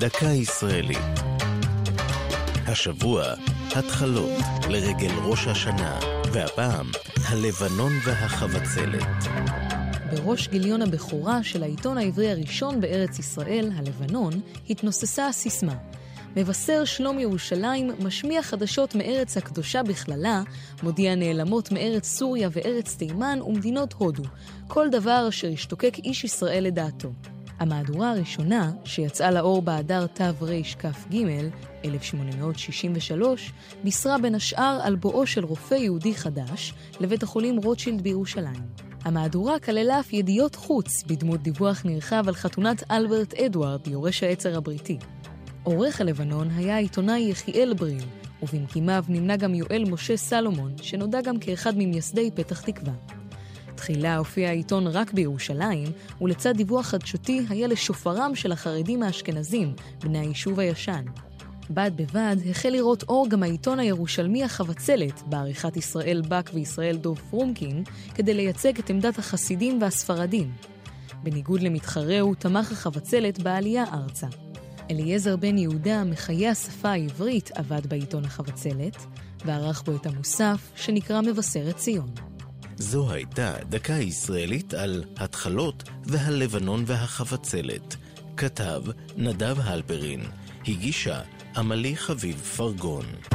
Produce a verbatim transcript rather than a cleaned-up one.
דקה ישראלית. השבוע, התחלות לרגל ראש השנה, והפעם, הלבנון והחבצלת. בראש גיליון הבכורה של העיתון העברי הראשון בארץ ישראל, הלבנון, התנוססה הסיסמה. מבשר שלום ירושלים משמיע חדשות מארץ הקדושה בכללה, מודיע נעלמות מארץ סוריה וארץ תימן ומדינות הודו, כל דבר אשר השתוקק איש ישראל לדעתו. המהדורה הראשונה, שיצאה לאור באדר תרכ"ג, אלף שמונה מאות שישים ושלוש, בישרה בין השאר על בואו של רופא יהודי חדש לבית החולים רוטשילד בירושלים. המהדורה כללה אף ידיעות חוץ בדמות דיווח נרחב על חתונת אלברט אדוארד, יורש העצר הבריטי. עורך הלבנון היה העיתונאי יחיאל בריל, ובמקימיו נמנה גם יואל משה סלומון, שנודע גם כאחד ממייסדי פתח תקווה. תחילה הופיע העיתון רק בירושלים, ולצד דיווח חדשותי היה לשופרם של החרדים האשכנזים, בני היישוב הישן. בד בבד החל לראות אור גם העיתון הירושלמי החבצלת, בעריכת ישראל בק וישראל דוב פרומקין, כדי לייצג את עמדת החסידים והספרדים. בניגוד למתחרהו, תמך החבצלת בעלייה ארצה. אליעזר בן יהודה, מחיי השפה העברית, עבד בעיתון החבצלת, וערך בו את המוסף שנקרא מבשרת ציון. זו הייתה דקה ישראלית על התחלות והלבנון והחבצלת. כתב נדב הלפרין, הגישה עמלי חביב פרגון.